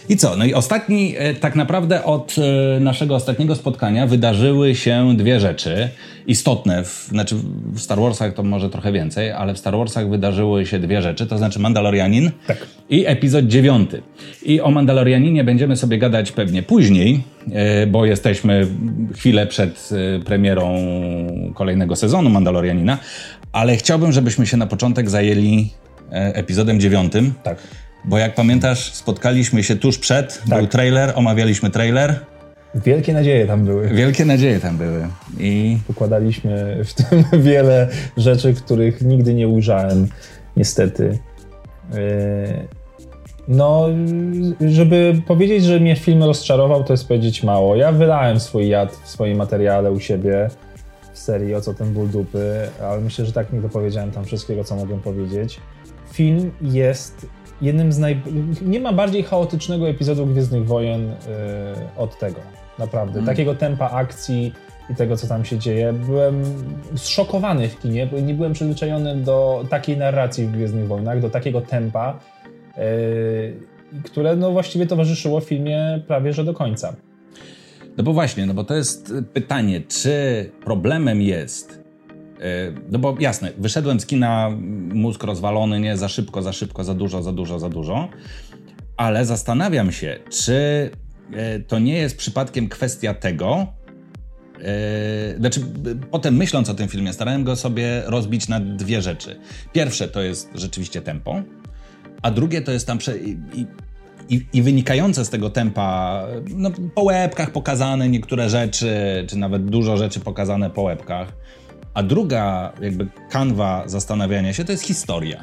I co? No i tak naprawdę od naszego ostatniego spotkania wydarzyły się dwie rzeczy istotne. W Star Warsach to może trochę więcej, ale w Star Warsach wydarzyły się dwie rzeczy, to znaczy Mandalorianin i epizod 9. I o Mandalorianinie będziemy sobie gadać pewnie później, bo jesteśmy chwilę przed premierą kolejnego sezonu Mandalorianina, ale chciałbym, żebyśmy się na początek zajęli epizodem 9. Tak. Bo jak pamiętasz, spotkaliśmy się tuż przed, był trailer, omawialiśmy trailer. Wielkie nadzieje tam były. I układaliśmy w tym wiele rzeczy, których nigdy nie ujrzałem, niestety. No, żeby powiedzieć, że mnie film rozczarował, to jest powiedzieć mało. Ja wylałem swój jad w swoim materiale u siebie w serii O co ten ból dupy, ale myślę, że tak nie dopowiedziałem tam wszystkiego, co mogłem powiedzieć. Film jest jednym z nie ma bardziej chaotycznego epizodu Gwiezdnych Wojen od tego. Naprawdę. Takiego tempa akcji i tego, co tam się dzieje. Byłem zszokowany w kinie, bo nie byłem przyzwyczajony do takiej narracji w Gwiezdnych Wojnach, do takiego tempa, które no właściwie towarzyszyło filmie prawie że do końca. No bo właśnie, no bo to jest pytanie, czy problemem jest, no bo jasne, wyszedłem z kina, mózg rozwalony, nie, za szybko, za dużo, ale zastanawiam się, czy to nie jest przypadkiem kwestia tego, znaczy potem myśląc o tym filmie, starałem go sobie rozbić na dwie rzeczy. Pierwsze to jest rzeczywiście tempo, a drugie to jest tam i wynikające z tego tempa, no, po łebkach pokazane niektóre rzeczy, czy nawet dużo rzeczy pokazane po łebkach. A druga jakby kanwa zastanawiania się to jest historia.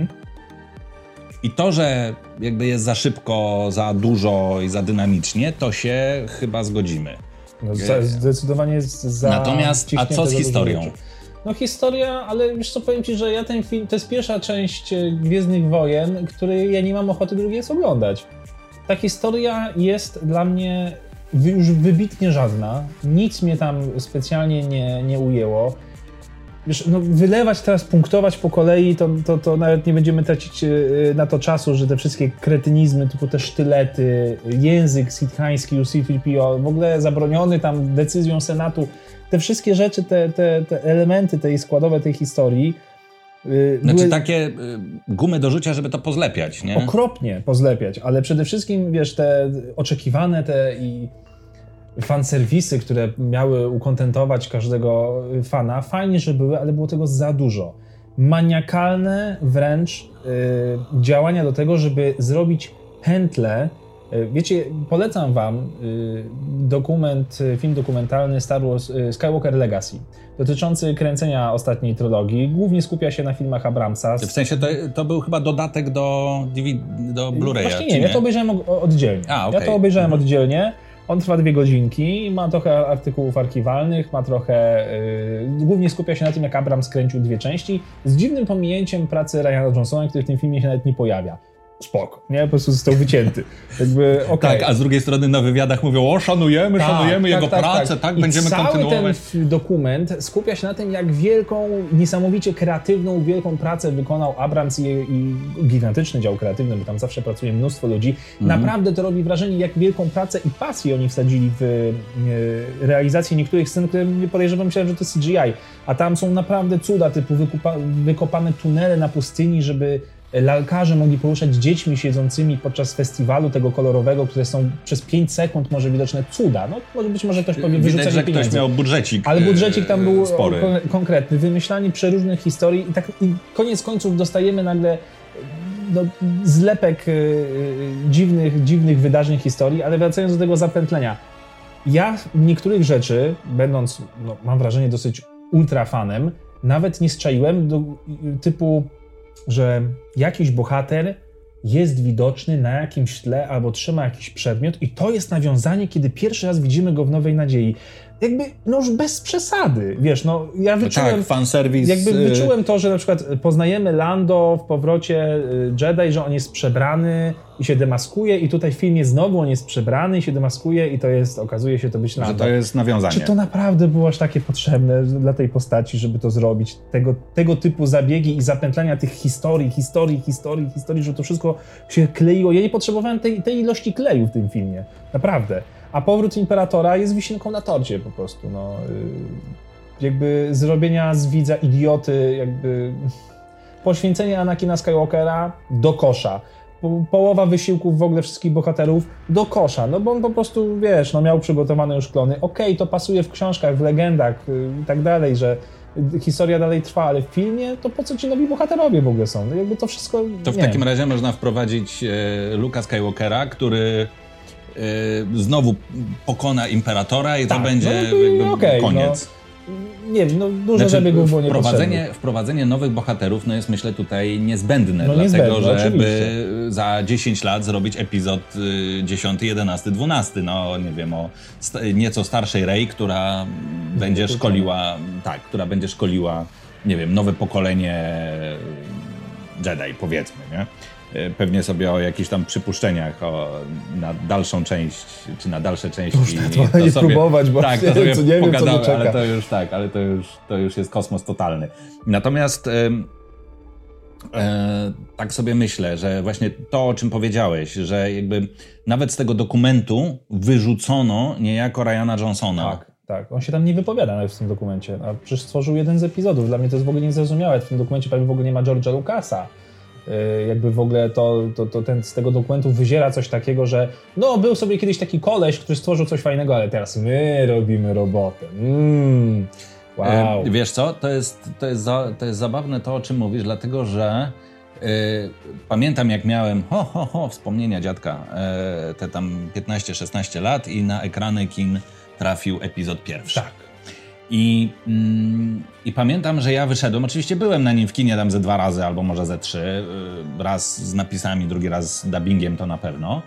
I to, że jakby jest za szybko, za dużo i za dynamicznie, to się chyba zgodzimy. No, zdecydowanie jest za... Natomiast, a co z historią? No historia, ale wiesz co, powiem ci, że ja ten film, to jest pierwsza część Gwiezdnych Wojen, której ja nie mam ochoty drugi raz oglądać. Ta historia jest dla mnie już wybitnie żadna. Nic mnie tam specjalnie nie ujęło. Wiesz, no wylewać teraz, punktować po kolei, to nawet nie będziemy tracić na to czasu, że te wszystkie kretynizmy, typu te sztylety, język sitchański, UC-3PO, w ogóle zabroniony tam decyzją Senatu, te wszystkie rzeczy, te elementy tej składowe tej historii. Znaczy były takie gumy do rzucia, żeby to pozlepiać, nie? Okropnie pozlepiać, ale przede wszystkim, wiesz, te oczekiwane i fanserwisy, które miały ukontentować każdego fana, fajnie, że były, ale było tego za dużo. Maniakalne wręcz działania do tego, żeby zrobić pętlę. Wiecie, polecam wam film dokumentalny Star Wars Skywalker Legacy, dotyczący kręcenia ostatniej trylogii. Głównie skupia się na filmach Abramsa. W sensie to był chyba dodatek do Blu-raya. Właśnie nie, ja to obejrzałem oddzielnie. Okay. Ja to obejrzałem oddzielnie. On trwa 2 godzinki, ma trochę artykułów archiwalnych, ma trochę... głównie skupia się na tym, jak Abrams kręcił 2 części, z dziwnym pominięciem pracy Ryana Johnsona, który w tym filmie się nawet nie pojawia. Spoko, nie? Po prostu został wycięty. Jakby, okay. Tak, a z drugiej strony na wywiadach mówią, szanujemy jego pracę, będziemy kontynuować. Cały ten dokument skupia się na tym, jak wielką, niesamowicie kreatywną, wielką pracę wykonał Abrams i gigantyczny dział kreatywny, bo tam zawsze pracuje mnóstwo ludzi. Naprawdę to robi wrażenie, jak wielką pracę i pasję oni wsadzili w realizację niektórych scen, które podejrzewam, myślałem, że to CGI. A tam są naprawdę cuda, typu wykopane tunele na pustyni, żeby lalkarze mogli poruszać dziećmi siedzącymi podczas festiwalu tego kolorowego, które są przez 5 sekund może widoczne cuda. No może ktoś powie wyrzucenie że pieniędzy. Ktoś miał budżecik. Ale budżecik tam był spory. Konkretny. Wymyślanie przeróżnych historii i koniec końców dostajemy nagle zlepek dziwnych wydarzeń historii, ale wracając do tego zapętlenia. Ja niektórych rzeczy, będąc, mam wrażenie, dosyć ultrafanem, nawet nie strzaiłem typu, że jakiś bohater jest widoczny na jakimś tle albo trzyma jakiś przedmiot i to jest nawiązanie, kiedy pierwszy raz widzimy go w Nowej Nadziei. jakby, no już bez przesady, wiesz, no ja wyczułem... Tak, fanserwis... Jakby wyczułem to, że na przykład poznajemy Lando w powrocie Jedi, że on jest przebrany i się demaskuje i tutaj w filmie znowu on jest przebrany i się demaskuje i to jest, okazuje się to być Lando. Że to jest nawiązanie. Czy to naprawdę było aż takie potrzebne dla tej postaci, żeby to zrobić? Tego typu zabiegi i zapętlania tych historii, że to wszystko się kleiło. Ja nie potrzebowałem tej ilości kleju w tym filmie. Naprawdę. A powrót Imperatora jest wisienką na torcie po prostu. No, jakby zrobienia z widza idioty, jakby poświęcenie Anakina Skywalkera do kosza. Połowa wysiłków w ogóle wszystkich bohaterów do kosza, no bo on po prostu, wiesz, no miał przygotowane już klony. Okej, to pasuje w książkach, w legendach i tak dalej, że historia dalej trwa, ale w filmie to po co ci nowi bohaterowie w ogóle są? No jakby to wszystko... To w takim razie można wprowadzić Luke'a Skywalkera, który znowu pokona Imperatora i tak, to będzie koniec. No. Nie wiem, no dużo zabiegów było niepotrzebnych. Wprowadzenie nowych bohaterów jest, myślę, tutaj niezbędne, dlatego żeby oczywiście za 10 lat zrobić epizod 10, 11, 12, no nie wiem, o nieco starszej Rey, która będzie szkoliła, nie wiem, nowe pokolenie Jedi, powiedzmy, nie? Pewnie sobie o jakichś tam przypuszczeniach na dalszą część, czy na dalsze części. To nie próbować, bo tak, to sobie co nie wiem, co mnie czeka. Ale to już jest kosmos totalny. Natomiast tak sobie myślę, że właśnie to, o czym powiedziałeś, że jakby nawet z tego dokumentu wyrzucono niejako Ryana Johnsona. Tak, on się tam nie wypowiada nawet w tym dokumencie, a przecież stworzył jeden z epizodów. Dla mnie to jest w ogóle niezrozumiałe. W tym dokumencie prawie w ogóle nie ma George'a Lucasa. Jakby w ogóle z tego dokumentu wyziera coś takiego, że no był sobie kiedyś taki koleś, który stworzył coś fajnego, ale teraz my robimy robotę. Wow. Wiesz co, to jest zabawne to, o czym mówisz, dlatego że pamiętam, jak miałem wspomnienia dziadka, te tam 15-16 lat i na ekrany kin trafił epizod pierwszy. Tak. I pamiętam, że ja wyszedłem, oczywiście byłem na nim w kinie tam ze 2 razy, albo może ze 3, raz z napisami, drugi raz z dubbingiem, to na pewno.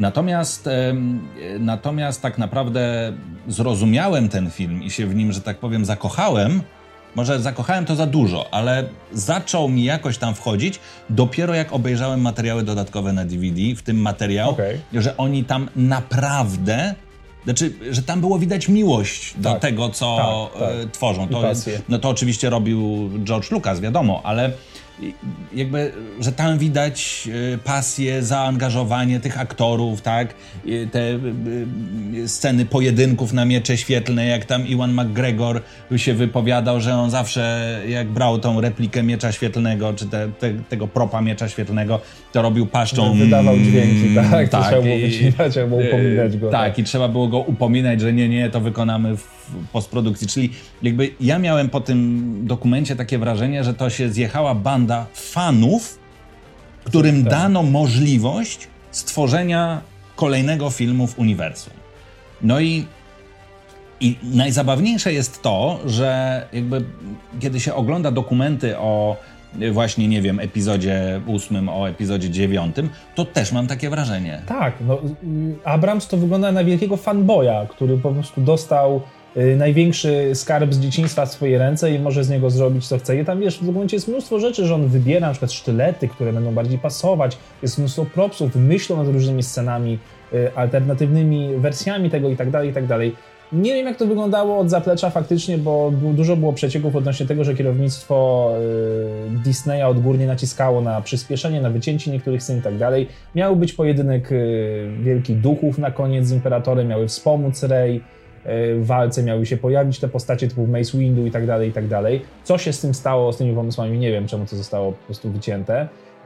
Natomiast tak naprawdę zrozumiałem ten film i się w nim, że tak powiem, zakochałem. Może zakochałem to za dużo, ale zaczął mi jakoś tam wchodzić dopiero jak obejrzałem materiały dodatkowe na DVD, w tym materiał, że oni tam naprawdę... Znaczy, że tam było widać miłość do tego, co tworzą. To oczywiście robił George Lucas, wiadomo, ale jakby, że tam widać pasję, zaangażowanie tych aktorów, tak? Te sceny pojedynków na miecze świetlne, jak tam Ewan McGregor się wypowiadał, że on zawsze jak brał tą replikę miecza świetlnego, czy tego propa miecza świetlnego, to robił paszczą. Wydawał dźwięki, tak? Trzeba było wycinać, albo upominać go. Tak, i trzeba było go upominać, że nie, to wykonamy w postprodukcji. Czyli jakby ja miałem po tym dokumencie takie wrażenie, że to się zjechała banda fanów, którym dano możliwość stworzenia kolejnego filmu w uniwersum. No i najzabawniejsze jest to, że jakby kiedy się ogląda dokumenty o właśnie, nie wiem, epizodzie 8, o epizodzie 9, to też mam takie wrażenie. Tak, no Abrams to wygląda na wielkiego fanboya, który po prostu dostał największy skarb z dzieciństwa w swoje ręce i może z niego zrobić co chce. I tam, wiesz, w dokumencie jest mnóstwo rzeczy, że on wybiera na przykład sztylety, które będą bardziej pasować, jest mnóstwo propsów, myślą nad różnymi scenami, alternatywnymi wersjami tego i tak dalej. Nie wiem, jak to wyglądało od zaplecza faktycznie, bo dużo było przecieków odnośnie tego, że kierownictwo Disneya odgórnie naciskało na przyspieszenie, na wycięcie niektórych scen i tak dalej. Miał być pojedynek wielkich duchów na koniec z Imperatorem, miały wspomóc Rey, w walce miały się pojawić te postacie typu Mace Windu i tak dalej. Co się z tym stało, z tymi pomysłami, nie wiem, czemu to zostało po prostu wycięte.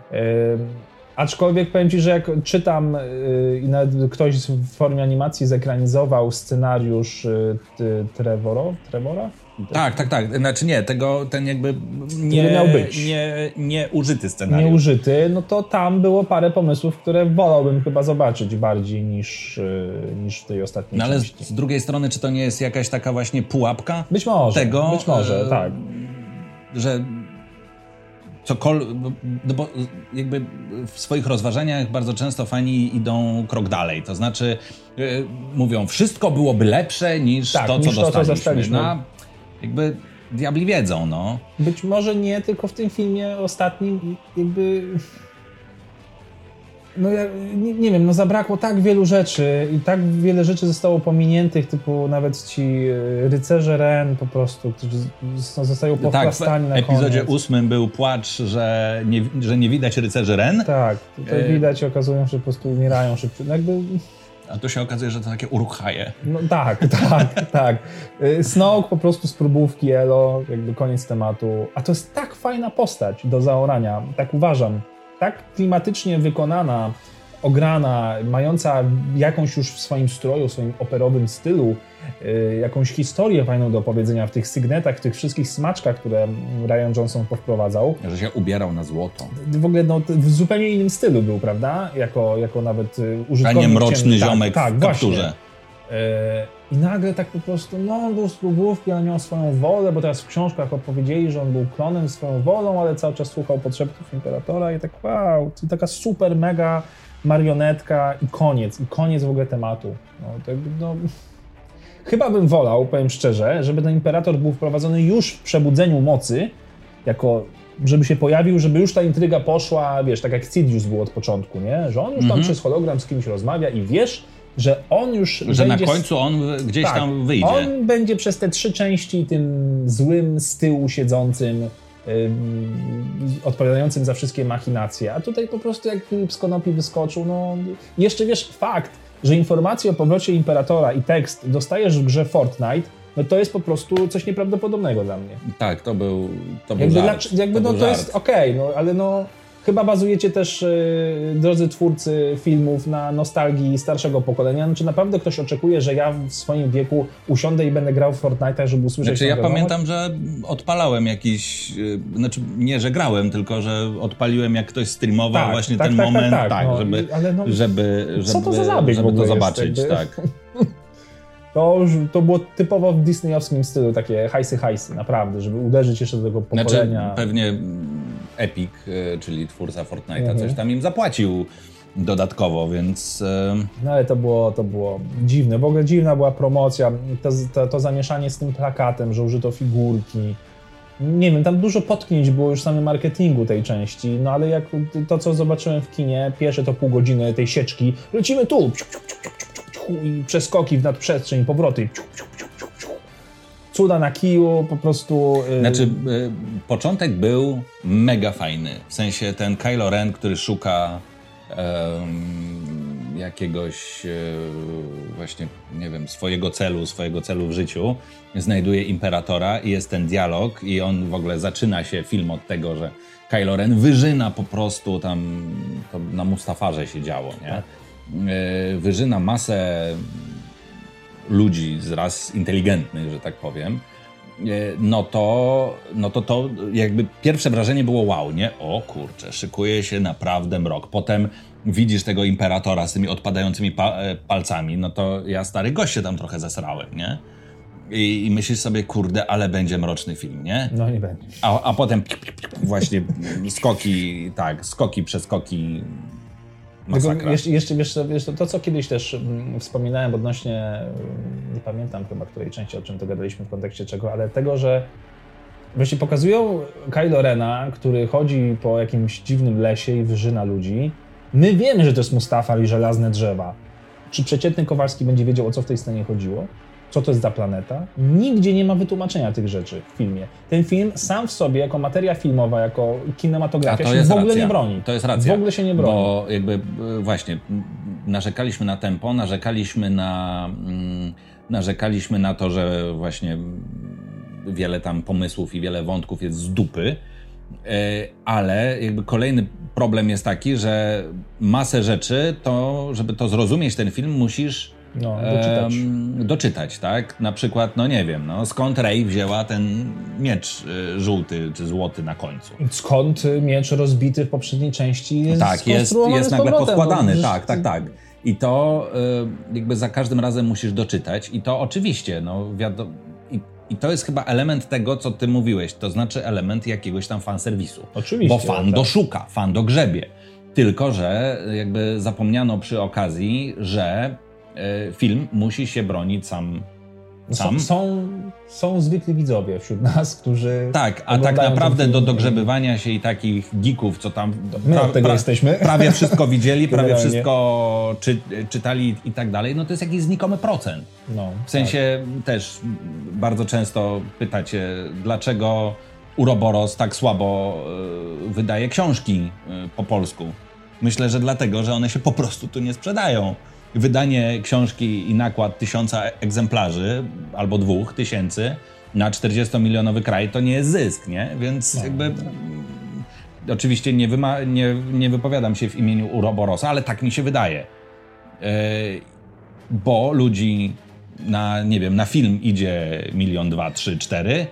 Aczkolwiek powiem Ci, że jak czytam i nawet ktoś w formie animacji zekranizował scenariusz Trevora? Tak. Znaczy nie, ten jakby nie użyty scenariusz. Nie użyty, no to tam było parę pomysłów, które wolałbym chyba zobaczyć bardziej niż w tej ostatniej ale części. Z drugiej strony, czy to nie jest jakaś taka właśnie pułapka? Być może, tak. Że cokolwiek, no bo jakby w swoich rozważaniach bardzo często fani idą krok dalej, to znaczy mówią, wszystko byłoby lepsze niż to, co dostaliśmy. No, jakby diabli wiedzą, no. Być może nie, tylko w tym filmie ostatnim jakby... No ja nie wiem, no zabrakło tak wielu rzeczy i tak wiele rzeczy zostało pominiętych, typu nawet ci rycerze Ren po prostu, którzy zostają pochlastani na koniec. Tak, w epizodzie 8 był płacz, że nie widać rycerzy Ren. Tak, tutaj widać i okazują się, że po prostu umierają szybko. Jakby... A tu się okazuje, że to takie uruk-haje. No tak. Snoke po prostu z próbówki Elo, jakby koniec tematu. A to jest tak fajna postać do zaorania, tak uważam. Tak klimatycznie wykonana, ograna, mająca jakąś już w swoim stroju, w swoim operowym stylu, jakąś historię fajną do opowiedzenia w tych sygnetach, w tych wszystkich smaczkach, które Rian Johnson powprowadzał. Że się ubierał na złoto. W ogóle no, w zupełnie innym stylu był, prawda? Jako nawet użytkownik. A nie mroczny ziomek w kapturze. I nagle tak po prostu, no on był z próbówki, ale miał swoją wolę, bo teraz w książkach opowiedzieli, że on był klonem swoją wolą, ale cały czas słuchał podszeptów Imperatora i tak wow, to taka super mega marionetka i koniec w ogóle tematu. Chyba bym wolał, powiem szczerze, żeby ten Imperator był wprowadzony już w Przebudzeniu Mocy, jako żeby się pojawił, żeby już ta intryga poszła, wiesz, tak jak Sidious był od początku, nie? Że on już tam przez hologram z kimś rozmawia i wiesz, że on już że będzie... na końcu on gdzieś tam wyjdzie. On będzie przez te 3 części tym złym z tyłu siedzącym, odpowiadającym za wszystkie machinacje. A tutaj po prostu jak Filip z Konopi wyskoczył, no... Jeszcze wiesz, fakt, że informację o powrocie Imperatora i tekst dostajesz w grze Fortnite, no to jest po prostu coś nieprawdopodobnego dla mnie. Tak, to był żart. To jest okej, no ale no... Chyba bazujecie też, drodzy twórcy filmów, na nostalgii starszego pokolenia. Czy naprawdę ktoś oczekuje, że ja w swoim wieku usiądę i będę grał w Fortnite'a, żeby usłyszeć ja pamiętam, że odpalałem jakiś... Znaczy nie, że grałem, tylko że odpaliłem, jak ktoś streamował ten moment, żeby co to za zabieg żeby to zobaczyć. Jest, tak. To było typowo w disneyowskim stylu, takie hajsy, naprawdę, żeby uderzyć jeszcze do tego pokolenia. Znaczy, pewnie Epic, czyli twórca Fortnite'a, coś tam im zapłacił dodatkowo, więc... No ale to było dziwne. W ogóle dziwna była promocja, to zamieszanie z tym plakatem, że użyto figurki. Nie wiem, tam dużo potknięć było już w samym marketingu tej części, no ale jak to, co zobaczyłem w kinie, pierwsze to pół godziny tej sieczki, lecimy tu, i przeskoki w nadprzestrzeń, powroty, cuda na kiju, po prostu... Znaczy, początek był mega fajny, w sensie ten Kylo Ren, który szuka jakiegoś właśnie, nie wiem, swojego celu w życiu, znajduje Imperatora i jest ten dialog i on w ogóle zaczyna się film od tego, że Kylo Ren wyżyna po prostu tam, to na Mustafarze się działo, nie? Tak. Wyżyna masę ludzi z ras inteligentnych, że tak powiem, no to jakby pierwsze wrażenie było wow, nie? O kurczę, szykuje się naprawdę mrok. Potem widzisz tego Imperatora z tymi odpadającymi palcami, no to ja stary gość się tam trochę zesrałem, nie? I myślisz sobie, kurde, ale będzie mroczny film, nie? No nie będzie. A potem właśnie skoki, przeskoki. Masakra. Jeszcze to, co kiedyś też wspominałem odnośnie, nie pamiętam chyba której części, o czym to gadaliśmy w kontekście czego, ale tego, że właśnie pokazują Kylo Rena, który chodzi po jakimś dziwnym lesie i wyżyna ludzi. My wiemy, że to jest Mustafar i żelazne drzewa. Czy przeciętny Kowalski będzie wiedział, o co w tej scenie chodziło? Co to jest za planeta? Nigdzie nie ma wytłumaczenia tych rzeczy w filmie. Ten film sam w sobie, jako materia filmowa, jako kinematografia się w ogóle nie broni. To jest racja. W ogóle się nie broni. Bo jakby właśnie narzekaliśmy na tempo, narzekaliśmy na to, że właśnie wiele tam pomysłów i wiele wątków jest z dupy, ale jakby kolejny problem jest taki, że masę rzeczy, to żeby to zrozumieć ten film, musisz doczytać, tak? Na przykład, no nie wiem, skąd Rey wzięła ten miecz żółty czy złoty na końcu. Skąd miecz rozbity w poprzedniej części jest jest nagle poskładany, tak. I to jakby za każdym razem musisz doczytać i to oczywiście, wiadomo, I to jest chyba element tego, co ty mówiłeś, to znaczy element jakiegoś tam fanserwisu. Oczywiście. Bo fan doszuka, fan dogrzebie. Tylko że jakby zapomniano przy okazji, że film musi się bronić sam. Są zwykli widzowie wśród nas, którzy... Tak, a tak naprawdę do dogrzebywania się i takich geeków, co tam my od tego jesteśmy. Prawie wszystko widzieli, prawie wszystko czytali i tak dalej, no to jest jakiś znikomy procent. No, w sensie też bardzo często pytacie, dlaczego Uroboros tak słabo wydaje książki po polsku. Myślę, że dlatego, że one się po prostu tu nie sprzedają. Wydanie książki i nakład 1000 egzemplarzy albo 2000 na 40-milionowy kraj to nie jest zysk, nie? Więc jakby oczywiście nie wypowiadam się w imieniu Uroborosa, ale tak mi się wydaje. Bo ludzi na film idzie 1, 2, 3, 4,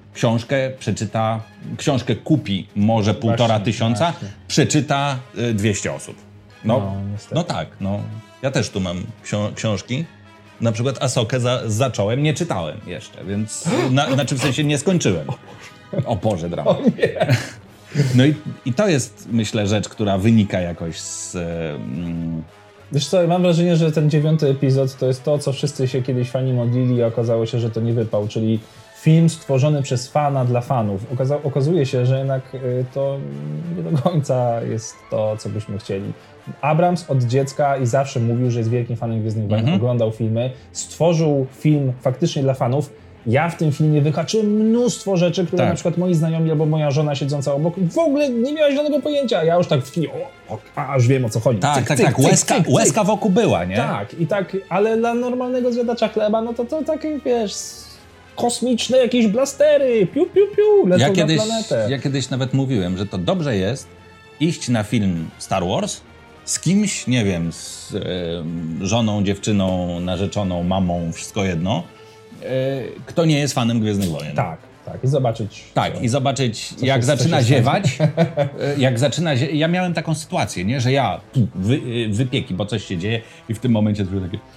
książkę kupi może 1500, przeczyta 200 osób. No tak, no. Ja też tu mam książki. Na przykład Asokę zacząłem, nie czytałem jeszcze, więc... Znaczy w sensie nie skończyłem. O Boże, drama. O nie. No i to jest, myślę, rzecz, która wynika jakoś z... Wiesz co, mam wrażenie, że ten 9. epizod to jest to, co wszyscy się kiedyś fani modlili, a okazało się, że to nie wypał, czyli film stworzony przez fana dla fanów. Okazuje się, że jednak to nie do końca jest to, co byśmy chcieli. Abrams od dziecka i zawsze mówił, że jest wielkim fanem Gwiezdnych Wojen, oglądał filmy, stworzył film faktycznie dla fanów. Ja w tym filmie wyhaczyłem mnóstwo rzeczy, które na przykład moi znajomi albo moja żona siedząca obok w ogóle nie miała żadnego pojęcia. Ja już tak w kinie, aż wiem, o co chodzi. Tak, łezka wokół była, nie? Tak, ale dla normalnego zjadacza chleba, no to takie, wiesz, kosmiczne jakieś blastery, piu, lecą na planetę. Ja kiedyś nawet mówiłem, że to dobrze jest iść na film Star Wars z kimś, nie wiem, z żoną, dziewczyną, narzeczoną, mamą, wszystko jedno, kto nie jest fanem Gwiezdnych Wojen. Tak, i zobaczyć. Tak, i zobaczyć, jak zaczyna ziewać. Ja miałem taką sytuację, nie, że ja wypieki, bo coś się dzieje i w tym momencie tylko takie...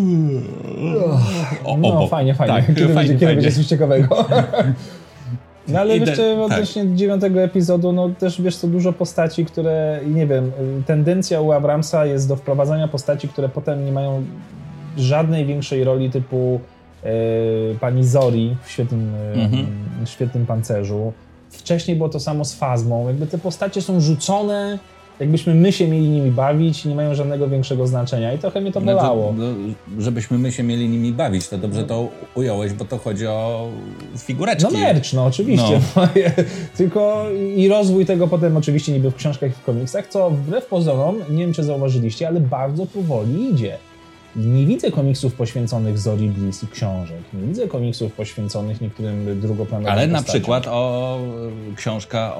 Fajnie. Tak, kiedy będzie coś ciekawego. No ale jeszcze odnośnie 9. epizodu, no też wiesz co, dużo postaci, które, nie wiem, tendencja u Abramsa jest do wprowadzania postaci, które potem nie mają żadnej większej roli, typu pani Zori w świetnym pancerzu. Wcześniej było to samo z Fazmą. Jakby te postacie są rzucone, jakbyśmy my się mieli nimi bawić, nie mają żadnego większego znaczenia i trochę mnie to bolało. Żebyśmy my się mieli nimi bawić, to dobrze to ująłeś, bo to chodzi o figureczki. No merch, no oczywiście. No. Tylko i rozwój tego potem oczywiście niby w książkach i w komiksach, co wbrew pozorom, nie wiem czy zauważyliście, ale bardzo powoli idzie. Nie widzę komiksów poświęconych Zori Bliss i książek. Nie widzę komiksów poświęconych niektórym drugoplanowych ale na przykład książka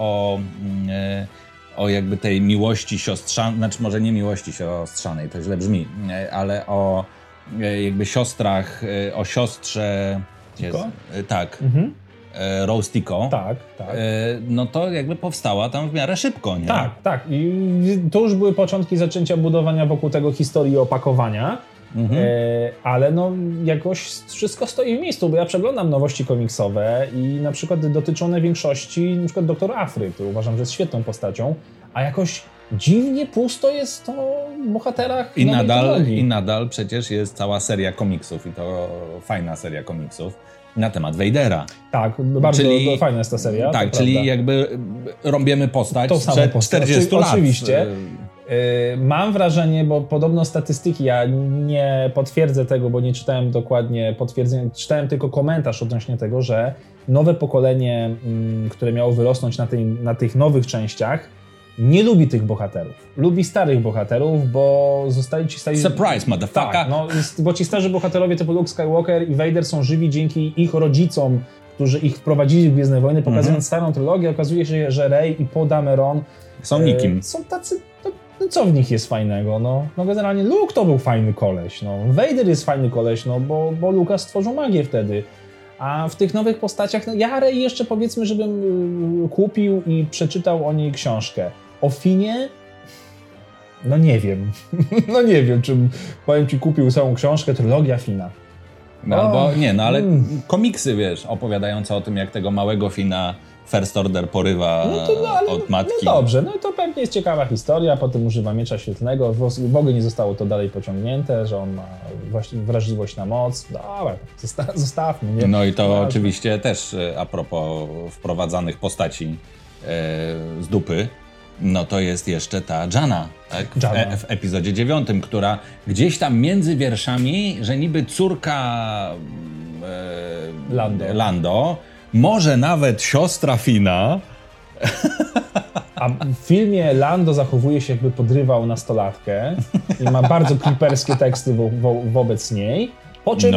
o jakby tej miłości siostrzanej, znaczy może nie miłości siostrzanej, to źle brzmi, ale o jakby siostrach, o siostrze... Tak. Rose Tico. Tak. No to jakby powstała tam w miarę szybko, nie? Tak. I to już były początki zaczęcia budowania wokół tego historii opakowania. Ale no jakoś wszystko stoi w miejscu, bo ja przeglądam nowości komiksowe i na przykład dotyczą większości na przykład Doktor Afry, który uważam, że jest świetną postacią, a jakoś dziwnie pusto jest o bohaterach I nadal przecież jest cała seria komiksów i to fajna seria komiksów na temat Vadera. Tak, bardzo fajna jest ta seria. Tak, czyli prawda. Jakby rąbiemy postać sprzed 40 lat. Oczywiście. Mam wrażenie, bo podobno statystyki, ja nie potwierdzę tego, bo nie czytałem dokładnie potwierdzenia, czytałem tylko komentarz odnośnie tego, że nowe pokolenie, które miało wyrosnąć na tych nowych częściach, nie lubi tych bohaterów. Lubi starych bohaterów, bo zostali ci stali... Surprise, motherfucker! Tak, bo ci starzy bohaterowie typu Luke Skywalker i Vader są żywi dzięki ich rodzicom, którzy ich wprowadzili w Gwiezdne Wojny, pokazując starą trylogię. Okazuje się, że Rey i Poe Dameron są nikim. Są tacy... No co w nich jest fajnego? No generalnie Luke to był fajny koleś, Vader jest fajny koleś, bo Lucas stworzył magię wtedy. A w tych nowych postaciach, ja Rey jeszcze powiedzmy, żebym kupił i przeczytał o niej książkę. O Finie? Nie wiem. Nie wiem, czym powiem ci, kupił całą książkę, trylogia Fina. No, albo nie, no ale komiksy, wiesz, opowiadające o tym, jak tego małego Fina First Order porywa od matki. No dobrze, no to pewnie jest ciekawa historia, potem używa miecza świetlnego, w ogóle nie zostało to dalej pociągnięte, że on ma właśnie wrażliwość na moc. Dobra, zostawmy. Nie? No i to oczywiście też a propos wprowadzanych postaci z dupy, no to jest jeszcze ta Jana, tak? W epizodzie 9, która gdzieś tam między wierszami, że niby córka Lando, może nawet siostra Fina. A w filmie Lando zachowuje się, jakby podrywał nastolatkę i ma bardzo kliperskie teksty wobec niej. Po czym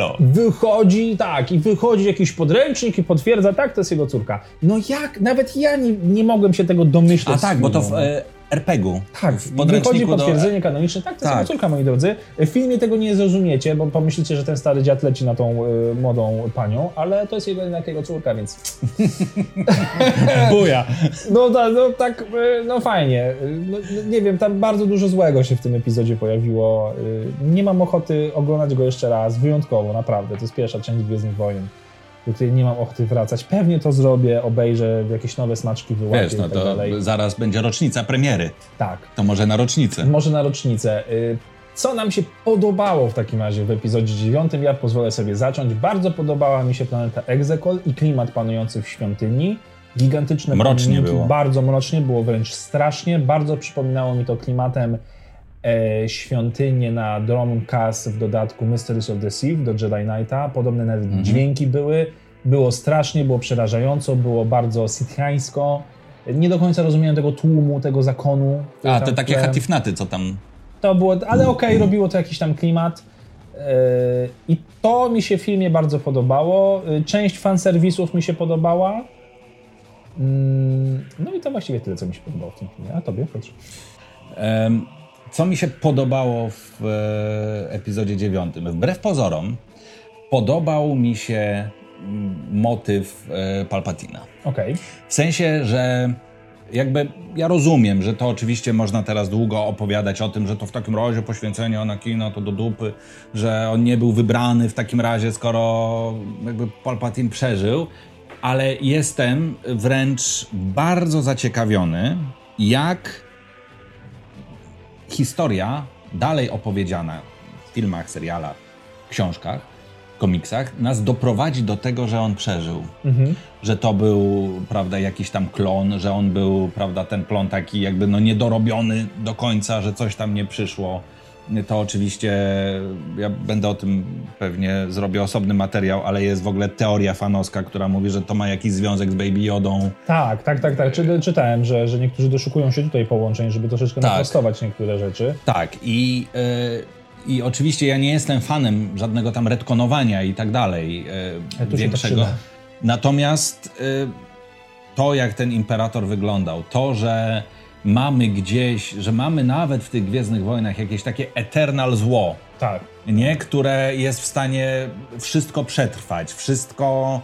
wychodzi jakiś podręcznik i potwierdza, tak, to jest jego córka. No jak? Nawet ja nie mogłem się tego domyśleć. A tak, bo to w RPG-u. Tak, wychodzi potwierdzenie kanoniczne, tak, to jest jego córka, moi drodzy. W filmie tego nie zrozumiecie, bo pomyślicie, że ten stary dziad leci na tą młodą panią, ale to jest jednak jego córka, więc... Buja! No fajnie. No, nie wiem, tam bardzo dużo złego się w tym epizodzie pojawiło. Nie mam ochoty oglądać go jeszcze raz, wyjątkowo, naprawdę. To jest pierwsza część Gwiezdnych Wojen, do której nie mam ochoty wracać. Pewnie to zrobię, obejrzę, jakieś nowe smaczki wyłapię. Wiesz, no i tak to dalej. zaraz będzie rocznica premiery. Tak. To może na rocznicę. Może na rocznicę. Co nam się podobało w takim razie w epizodzie 9? Ja pozwolę sobie zacząć. Bardzo podobała mi się planeta Exegol i klimat panujący w świątyni. Gigantyczne mrocznie było. Bardzo mrocznie, było wręcz strasznie. Bardzo przypominało mi to klimatem świątynię na Drum Cas, w dodatku Mysteries of the Sith do Jedi Knighta. Podobne nawet dźwięki były. Było strasznie, było przerażająco, było bardzo sithiańsko. Nie do końca rozumiałem tego tłumu, tego zakonu. Te takie hatifnaty, co tam... To było, ale okej, robiło to jakiś tam klimat. I to mi się w filmie bardzo podobało. Część fanserwisów mi się podobała. No i to właściwie tyle, co mi się podobało w tym filmie. A tobie, Piotrze? Co mi się podobało w epizodzie 9? Wbrew pozorom podobał mi się motyw Palpatina. Okej. W sensie, że jakby ja rozumiem, że to oczywiście można teraz długo opowiadać o tym, że to w takim razie poświęcenie Anakina to do dupy, że on nie był wybrany w takim razie, skoro jakby Palpatine przeżył, ale jestem wręcz bardzo zaciekawiony, jak historia dalej opowiedziana w filmach, serialach, książkach, komiksach nas doprowadzi do tego, że on przeżył. Że to był, prawda, jakiś tam klon, że on był, prawda, ten klon taki jakby niedorobiony do końca, że coś tam nie przyszło. To oczywiście, ja będę o tym pewnie zrobię osobny materiał, ale jest w ogóle teoria fanowska, która mówi, że to ma jakiś związek z Baby Yodą. Tak. Czytałem, że niektórzy doszukują się tutaj połączeń, żeby troszeczkę naprostować niektóre rzeczy. Tak, i oczywiście ja nie jestem fanem żadnego tam retkonowania i tak dalej większego. Natomiast to, jak ten imperator wyglądał, to, że mamy gdzieś, że mamy nawet w tych Gwiezdnych Wojnach jakieś takie eternal zło, tak, nie? Które jest w stanie wszystko przetrwać, wszystko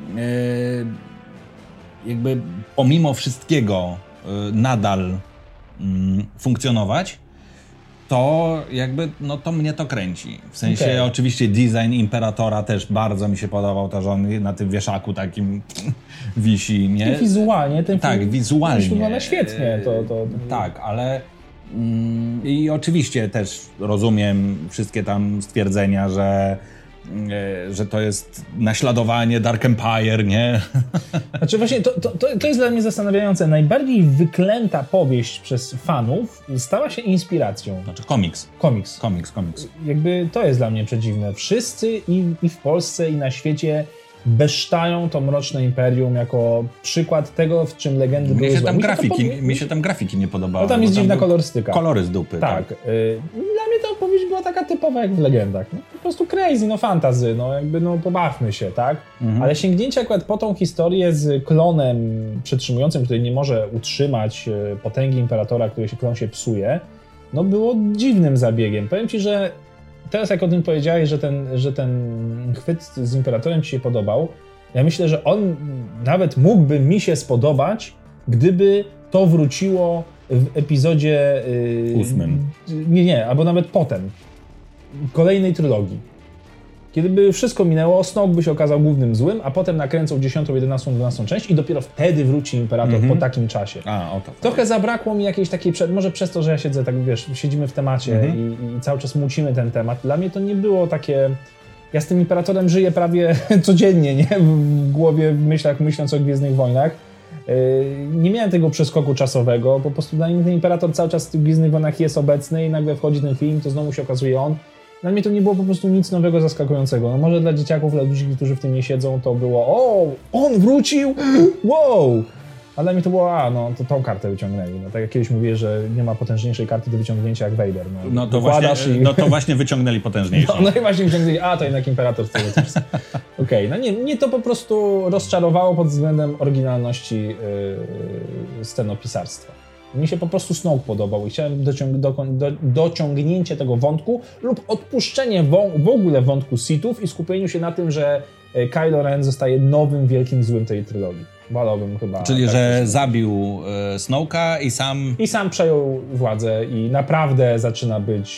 jakby pomimo wszystkiego nadal funkcjonować, to jakby, no to mnie to kręci. W sensie oczywiście design Imperatora też bardzo mi się podobał, to, że on na tym wieszaku takim wisi, nie? I wizualnie ten film, wizualnie. Wygląda świetnie. Tak, ale i oczywiście też rozumiem wszystkie tam stwierdzenia, że to jest naśladowanie Dark Empire, nie? Znaczy właśnie, to jest dla mnie zastanawiające. Najbardziej wyklęta powieść przez fanów stała się inspiracją. Znaczy komiks. Jakby to jest dla mnie przedziwne. Wszyscy i w Polsce, i na świecie besztają to Mroczne Imperium jako przykład tego, w czym legendy były złe. Mi się tam grafiki nie podobały. No tam jest dziwna kolorystyka. Kolory z dupy. Tak. Dla mnie ta opowieść była taka typowa jak w legendach. No, po prostu crazy, fantasy, pobawmy się, tak? Ale sięgnięcie akurat po tą historię z klonem przetrzymującym, który nie może utrzymać potęgi Imperatora, który klon się psuje, było dziwnym zabiegiem. Powiem ci, że teraz jak o tym powiedziałeś, że ten chwyt z Imperatorem ci się podobał, ja myślę, że on nawet mógłby mi się spodobać, gdyby to wróciło w epizodzie 8. Nie, albo nawet potem. Kolejnej trylogii. Kiedy wszystko minęło, Snoke by się okazał głównym złym, a potem nakręcał 10., 11., 12. część i dopiero wtedy wróci Imperator po takim czasie. Trochę zabrakło mi jakiejś takiej, może przez to, że ja siedzę tak, wiesz, siedzimy w temacie i cały czas mucimy ten temat. Dla mnie to nie było takie... Ja z tym Imperatorem żyję prawie codziennie, nie? W głowie, w myślach, myśląc o Gwiezdnych Wojnach. Nie miałem tego przeskoku czasowego, po prostu dla mnie ten Imperator cały czas w tych Gwiezdnych Wojnach jest obecny i nagle wchodzi ten film, to znowu się okazuje on. Dla mnie to nie było po prostu nic nowego, zaskakującego. No może dla dzieciaków, dla ludzi, którzy w tym nie siedzą, to było o, on wrócił, wow! A dla mnie to było, no to tą kartę wyciągnęli. No, tak jak kiedyś mówię, że nie ma potężniejszej karty do wyciągnięcia jak Vader. No to właśnie wyciągnęli potężniejszą. No i właśnie wyciągnęli, to jednak Imperator. Okej, no nie, mnie to po prostu rozczarowało pod względem oryginalności scenopisarstwa. Mi się po prostu Snoke podobał i chciałem dociągnięcie tego wątku lub odpuszczenie w ogóle wątku Sithów i skupieniu się na tym, że Kylo Ren zostaje nowym wielkim złym tej trylogii. Wolałbym chyba... Czyli, tak, że zabił Snoke'a i sam przejął władzę i naprawdę zaczyna być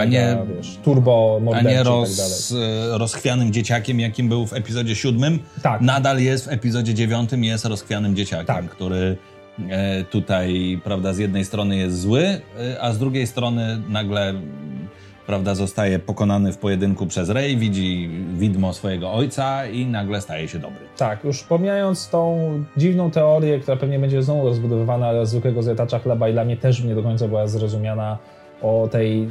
turbo morderczy i tak dalej. Rozchwianym dzieciakiem, jakim był w epizodzie 7. Tak. Nadal jest w epizodzie 9, jest rozchwianym dzieciakiem, który tutaj, prawda, z jednej strony jest zły, a z drugiej strony nagle, prawda, zostaje pokonany w pojedynku przez Rey, widzi widmo swojego ojca i nagle staje się dobry. Tak, już pomijając tą dziwną teorię, która pewnie będzie znowu rozbudowywana, ale zwykłego zjadacza chleba i dla mnie też nie do końca była zrozumiana, o tej,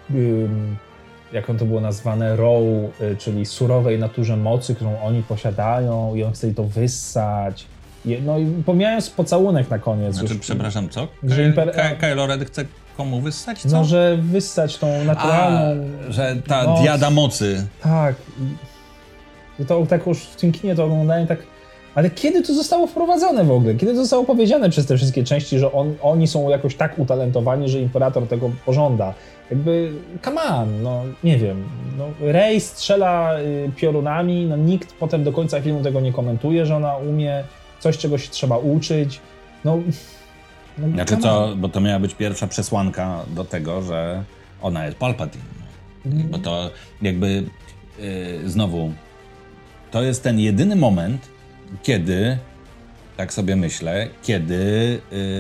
jak on to było nazwane, raw, czyli surowej naturze mocy, którą oni posiadają i on chce to wyssać. No i pomijając pocałunek na koniec. Znaczy, już, przepraszam, co? Że Kylo Ren chce komu wyssać, co? No, że wyssać tą naturalną... że ta diada mocy. Tak. I to tak już w tym kinie to oglądałem tak... Ale kiedy to zostało wprowadzone w ogóle? Kiedy to zostało powiedziane przez te wszystkie części, że oni są jakoś tak utalentowani, że Imperator tego pożąda? Jakby, come on, no nie wiem. No, Rey strzela piorunami, no nikt potem do końca filmu tego nie komentuje, że ona umie coś, czego się trzeba uczyć. Znaczy co, bo to miała być pierwsza przesłanka do tego, że ona jest Palpatine. Bo to jakby znowu, to jest ten jedyny moment, kiedy, tak sobie myślę, kiedy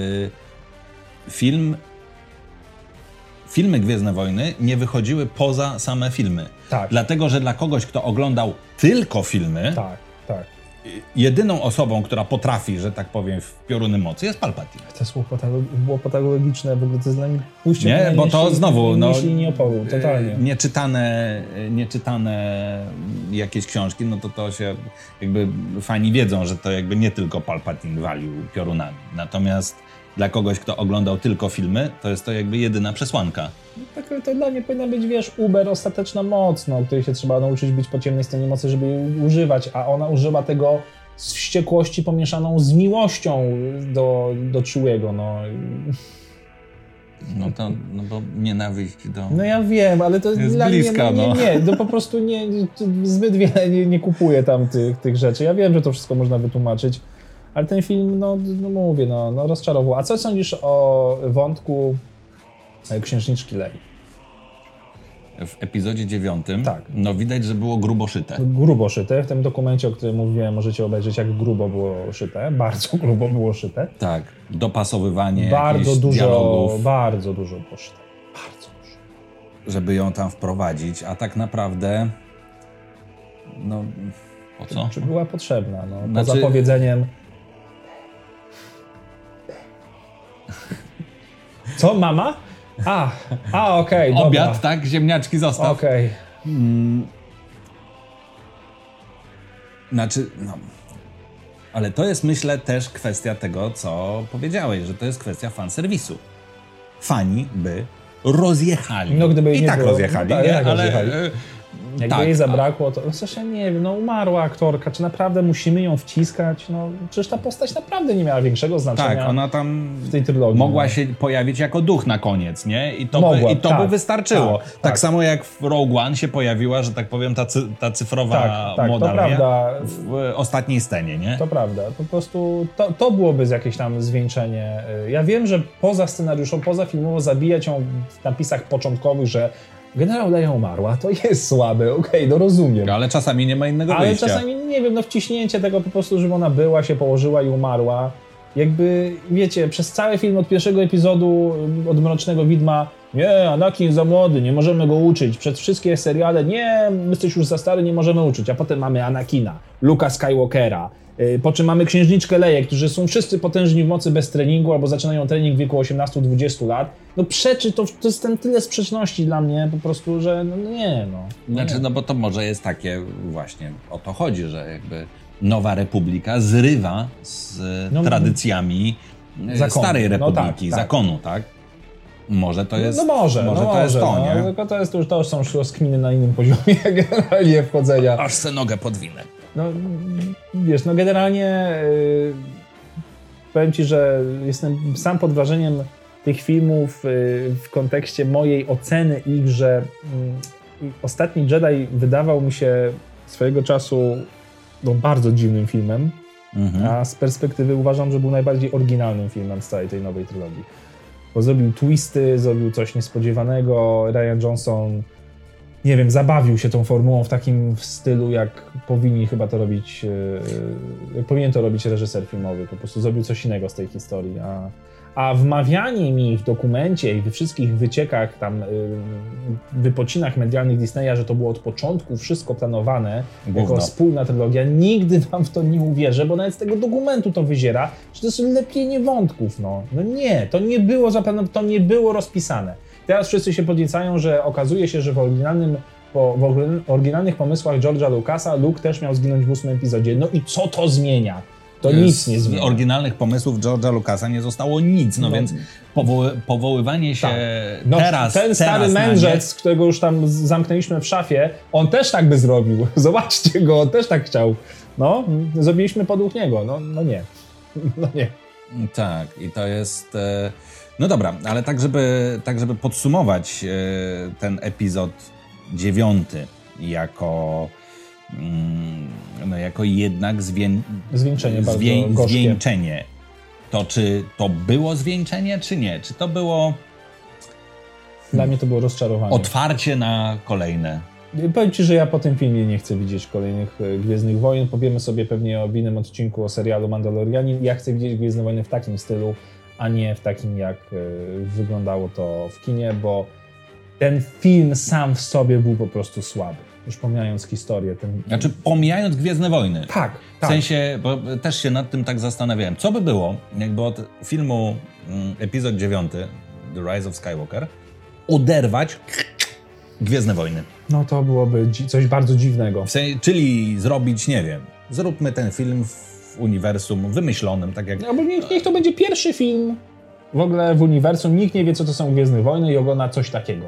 filmy Gwiezdne Wojny nie wychodziły poza same filmy. Tak. Dlatego, że dla kogoś, kto oglądał tylko filmy, tak. jedyną osobą, która potrafi, że tak powiem, w pioruny mocy jest Palpatine. To słowo było patologiczne, w ogóle to jest dla mnie pójście nie, bo to znowu myśli nie oporu, totalnie. Nieczytane jakieś książki, no to się jakby fani wiedzą, że to jakby nie tylko Palpatine walił piorunami. Natomiast dla kogoś, kto oglądał tylko filmy, to jest to jakby jedyna przesłanka. Tak, to dla mnie powinna być, wiesz, ostateczna moc, której się trzeba nauczyć być po ciemnej stronie mocy, żeby jej używać, a ona używa tego z wściekłości pomieszaną z miłością do Chewie'ego, No bo nienawiść do... No ja wiem, ale to jest dla bliska, mnie, to po prostu zbyt wiele nie kupuję tam tych rzeczy. Ja wiem, że to wszystko można wytłumaczyć, ale ten film, mówię, rozczarował. A co sądzisz o wątku księżniczki Lei? W epizodzie 9 tak. Widać, że było grubo szyte. Grubo szyte. W tym dokumencie, o którym mówiłem, możecie obejrzeć, jak grubo było szyte. Bardzo grubo było szyte. Tak. Dopasowywanie dialogów. Bardzo dużo było szyte. Bardzo dużo. Żeby ją tam wprowadzić, a tak naprawdę po co? Czy była potrzebna? Poza powiedzeniem... Co, mama? Okej, dobra. Obiad, tak? Ziemniaczki zostaw. Okej. Ale to jest, myślę, też kwestia tego, co powiedziałeś, że to jest kwestia fanserwisu. Fani by rozjechali. Gdyby jej I nie tak było, rozjechali, ale rozjechali. Jakby jej zabrakło, to ja nie wiem, umarła aktorka, czy naprawdę musimy ją wciskać? Przecież ta postać naprawdę nie miała większego znaczenia. Tak, ona tam w tej trylogii mogła się pojawić jako duch na koniec, nie? I to by wystarczyło. Tak samo jak w Rogue One się pojawiła, że tak powiem, ta cyfrowa moda, to prawda. W ostatniej scenie, nie? To prawda. Po prostu to byłoby jakieś tam zwieńczenie. Ja wiem, że poza scenariuszem, poza filmowo zabijać ją w napisach początkowych, że Generał Leia umarła, to jest słabe, okej, no rozumiem. Ale czasami nie ma innego Ale wyjścia. czasami, nie wiem, no wciśnięcie tego po prostu, żeby ona była, się położyła i umarła. Jakby, wiecie, przez cały film od pierwszego epizodu od Mrocznego Widma nie, Anakin za młody, nie możemy go uczyć. Przez wszystkie seriale nie, jesteś już za stary, nie możemy uczyć. A potem mamy Anakina, Luka Skywalkera, po czym mamy księżniczkę Leię, którzy są wszyscy potężni w mocy bez treningu albo zaczynają trening w wieku 18-20 lat. No przeczy, to jest ten tyle sprzeczności dla mnie po prostu, że no nie, no. Znaczy, no bo to może jest takie właśnie, o to chodzi, że jakby Nowa Republika zrywa z tradycjami Starej Republiki, zakonu, tak? Może to jest może to jest to, nie? Tylko to już są rozkminy na innym poziomie generalnie wchodzenia. Aż se nogę podwinę. No wiesz, no generalnie powiem Ci, że jestem sam pod wrażeniem tych filmów w kontekście mojej oceny ich, że Ostatni Jedi wydawał mi się swojego czasu bardzo dziwnym filmem, a z perspektywy uważam, że był najbardziej oryginalnym filmem z całej tej nowej trylogii. Bo zrobił twisty, zrobił coś niespodziewanego, Rian Johnson, nie wiem, zabawił się tą formułą w takim stylu, jak powinien to robić reżyser filmowy. Po prostu zrobił coś innego z tej historii. A wmawianie mi w dokumencie i we wszystkich wyciekach, tam wypocinach medialnych Disneya, że to było od początku wszystko planowane jako spójna trylogia, nigdy wam w to nie uwierzę, bo nawet z tego dokumentu to wyziera, że to jest lepienie wątków. No nie, to nie było zaplanowane, to nie było rozpisane. Teraz wszyscy się podniecają, że okazuje się, że w oryginalnych pomysłach George'a Lucasa Luke też miał zginąć w 8 epizodzie. No i co to zmienia? To nic nie zmienia. Z oryginalnych pomysłów George'a Lucasa nie zostało nic, więc powoływanie się teraz... Ten stary mędrzec, którego już tam zamknęliśmy w szafie, on też tak by zrobił. Zobaczcie go, on też tak chciał. No, zrobiliśmy podług niego. No nie. No nie. Tak, i to jest... No dobra, ale tak żeby podsumować ten epizod 9 jako jednak zwieńczenie. To czy to było zwieńczenie, czy nie? Czy to było... Dla mnie to było rozczarowanie. Otwarcie na kolejne. Powiem Ci, że ja po tym filmie nie chcę widzieć kolejnych Gwiezdnych Wojen. Powiemy sobie pewnie w innym odcinku o serialu Mandalorianin. Ja chcę widzieć Gwiezdne Wojny w takim stylu, a nie w takim, jak wyglądało to w kinie, bo ten film sam w sobie był po prostu słaby. Już pomijając historię. Znaczy pomijając Gwiezdne Wojny. Tak. W sensie, bo też się nad tym tak zastanawiałem. Co by było, jakby od filmu epizod 9, The Rise of Skywalker, oderwać Gwiezdne Wojny? No to byłoby coś bardzo dziwnego. W sensie, czyli zrobić, nie wiem, zróbmy ten film w uniwersum wymyślonym, tak jak... Albo niech to będzie pierwszy film w ogóle w uniwersum. Nikt nie wie, co to są Gwiezdne Wojny i ogląda coś takiego.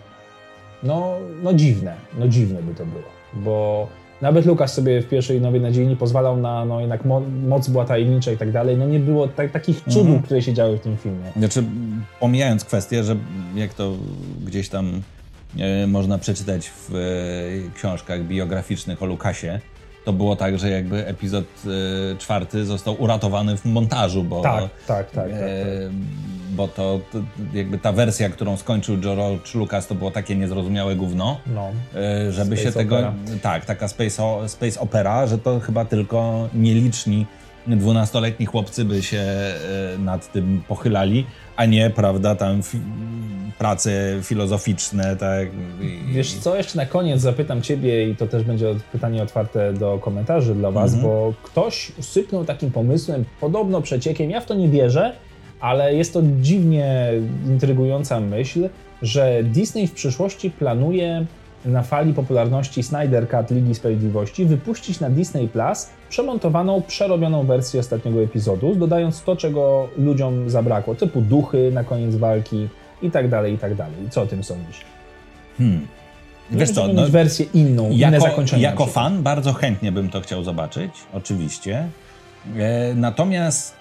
No dziwne by to było, bo nawet Lucas sobie w pierwszej Nowej Nadziei nie pozwalał na, jednak moc była tajemnicza i tak dalej, nie było takich cudów, które się działy w tym filmie. Znaczy, pomijając kwestię, że jak to gdzieś tam można przeczytać w książkach biograficznych o Lucasie, to było tak, że jakby epizod 4 został uratowany w montażu, bo... Tak. Bo to jakby ta wersja, którą skończył George Lucas, to było takie niezrozumiałe gówno, żeby space się tego... Opera. Tak, taka space opera, że to chyba tylko nieliczni 12-letni chłopcy by się nad tym pochylali, a nie, prawda, tam prace filozoficzne, tak. Wiesz co, jeszcze na koniec zapytam Ciebie i to też będzie pytanie otwarte do komentarzy dla Was, bo ktoś sypnął takim pomysłem, podobno przeciekiem, ja w to nie wierzę, ale jest to dziwnie intrygująca myśl, że Disney w przyszłości planuje na fali popularności Snyder Cut Ligi Sprawiedliwości wypuścić na Disney Plus przemontowaną, przerobioną wersję ostatniego epizodu, dodając to, czego ludziom zabrakło, typu duchy na koniec walki i tak dalej, i tak dalej. Co o tym sądzisz? Wiesz co, mieć wersję inną, inne zakończenie. Jako fan bardzo chętnie bym to chciał zobaczyć, oczywiście. Natomiast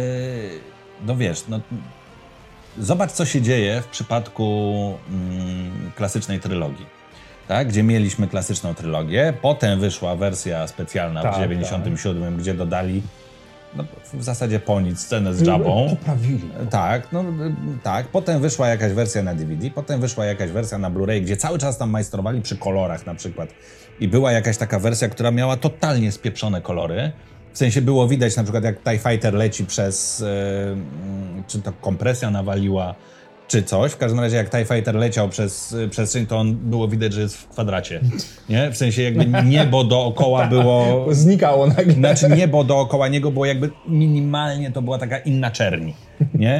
zobacz, co się dzieje w przypadku klasycznej trylogii. Tak, gdzie mieliśmy klasyczną trylogię, potem wyszła wersja specjalna w 97, gdzie dodali no, w zasadzie po nic scenę z Jabbą. Poprawili. Tak, no tak. Potem wyszła jakaś wersja na DVD, potem wyszła jakaś wersja na Blu-ray, gdzie cały czas tam majstrowali przy kolorach na przykład. I była jakaś taka wersja, która miała totalnie spieprzone kolory. W sensie było widać na przykład jak TIE Fighter leci przez... czy to kompresja nawaliła, czy coś. W każdym razie jak TIE Fighter leciał przez przestrzeń, to on było widać, że jest w kwadracie. Nie? W sensie jakby niebo dookoła było... Znikało nagle. Znaczy niebo dookoła niego było jakby minimalnie, to była taka inna czerni. Nie?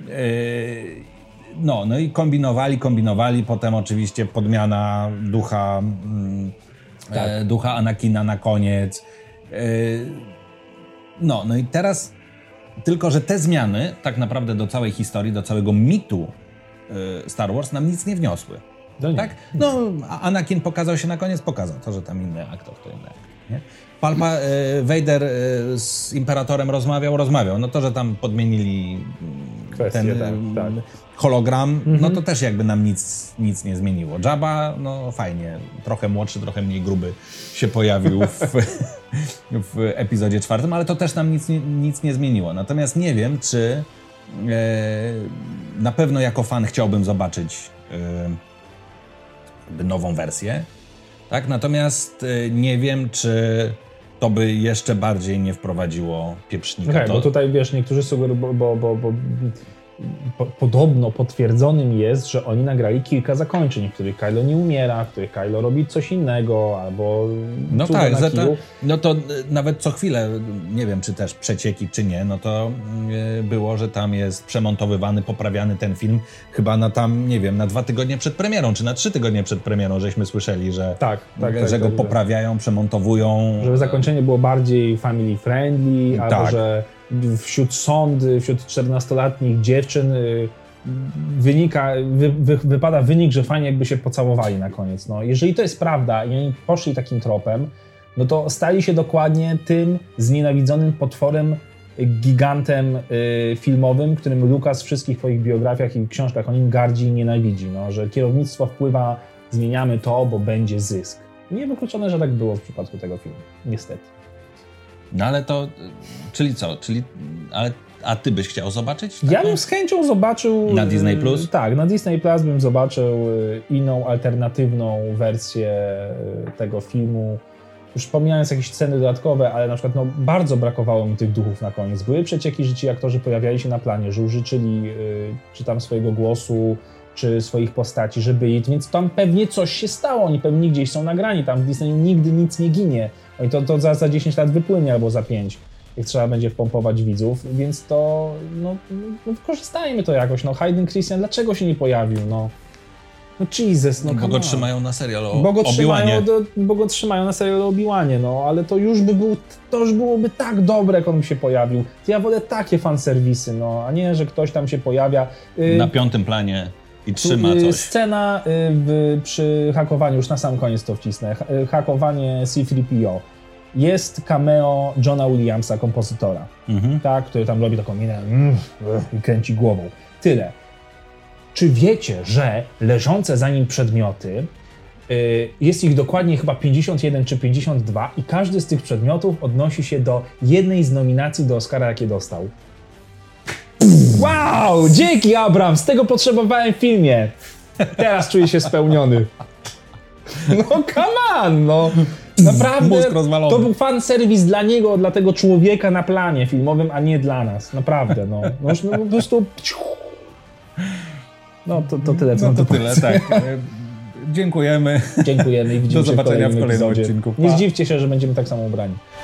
No i kombinowali. Potem oczywiście podmiana ducha Anakina na koniec. No i teraz tylko, że te zmiany tak naprawdę do całej historii, do całego mitu Star Wars nam nic nie wniosły. Tak? No, Anakin pokazał się na koniec, pokazał to, że tam inny aktor, to inny aktor. Nie? Vader z Imperatorem rozmawiał. No to, że tam podmienili kwestię, ten hologram, no to też jakby nam nic nie zmieniło. Jabba, no fajnie, trochę młodszy, trochę mniej gruby się pojawił w epizodzie 4, ale to też nam nic nie zmieniło. Natomiast nie wiem, czy na pewno jako fan chciałbym zobaczyć nową wersję, tak? Natomiast nie wiem, czy to by jeszcze bardziej nie wprowadziło pieprznika. Okay, bo tutaj wiesz, niektórzy sugerują, bo podobno potwierdzonym jest, że oni nagrali kilka zakończeń, w których Kylo nie umiera, w których Kylo robi coś innego, albo no tak, no to nawet co chwilę, nie wiem czy też przecieki czy nie, no to było, że tam jest przemontowywany, poprawiany ten film chyba na tam, nie wiem, na 2 tygodnie przed premierą, czy na 3 tygodnie przed premierą, żeśmy słyszeli, że, że go poprawiają, przemontowują. Żeby zakończenie było bardziej family friendly, albo że wśród 14-letnich dziewczyn wypada wynik, że fajnie jakby się pocałowali na koniec. No, jeżeli to jest prawda i oni poszli takim tropem, no to stali się dokładnie tym znienawidzonym potworem, gigantem filmowym, którym Lucas w wszystkich swoich biografiach i książkach o nim gardzi i nienawidzi. No, że kierownictwo wpływa, zmieniamy to, bo będzie zysk. Niewykluczone, że tak było w przypadku tego filmu. Niestety. No ale to, czyli co? A ty byś chciał zobaczyć? Ja bym z chęcią zobaczył... Na Disney Plus? Tak, na Disney Plus bym zobaczył inną, alternatywną wersję tego filmu. Już pomijając jakieś sceny dodatkowe, ale na przykład bardzo brakowało mi tych duchów na koniec. Były przecieki, że ci aktorzy pojawiali się na planie, że użyczyli czy tam swojego głosu, czy swoich postaci, że byli, więc tam pewnie coś się stało, oni pewnie gdzieś są nagrani, tam w Disneyu nigdy nic nie ginie. I to za 10 lat wypłynie albo za 5, jak trzeba będzie wpompować widzów, więc to, wykorzystajmy to jakoś, Hayden Christensen, dlaczego się nie pojawił, No Jesus, bo go trzymają na serial o Obi-Wanie. Bo go trzymają na serial o Obi-Wanie, ale to już byłoby tak dobre, jak on się pojawił. To ja wolę takie fanserwisy, a nie, że ktoś tam się pojawia. Na 5. planie i trzyma coś. Scena przy hakowaniu, już na sam koniec to wcisnę, hakowanie C-3PO. Jest cameo Johna Williamsa, kompozytora, tak, który tam robi taką minę i kręci głową. Tyle. Czy wiecie, że leżące za nim przedmioty, jest ich dokładnie chyba 51 czy 52 i każdy z tych przedmiotów odnosi się do jednej z nominacji do Oscara, jakie dostał? Wow! Dzięki, Abrams! Tego potrzebowałem w filmie! Teraz czuję się spełniony. Come on, Naprawdę, to był fanserwis dla niego, dla tego człowieka na planie filmowym, a nie dla nas. Naprawdę, po prostu... To tyle. To tyle, tak. Dziękujemy. I widzimy do zobaczenia w kolejnym odcinku. Nie zdziwcie się, że będziemy tak samo ubrani.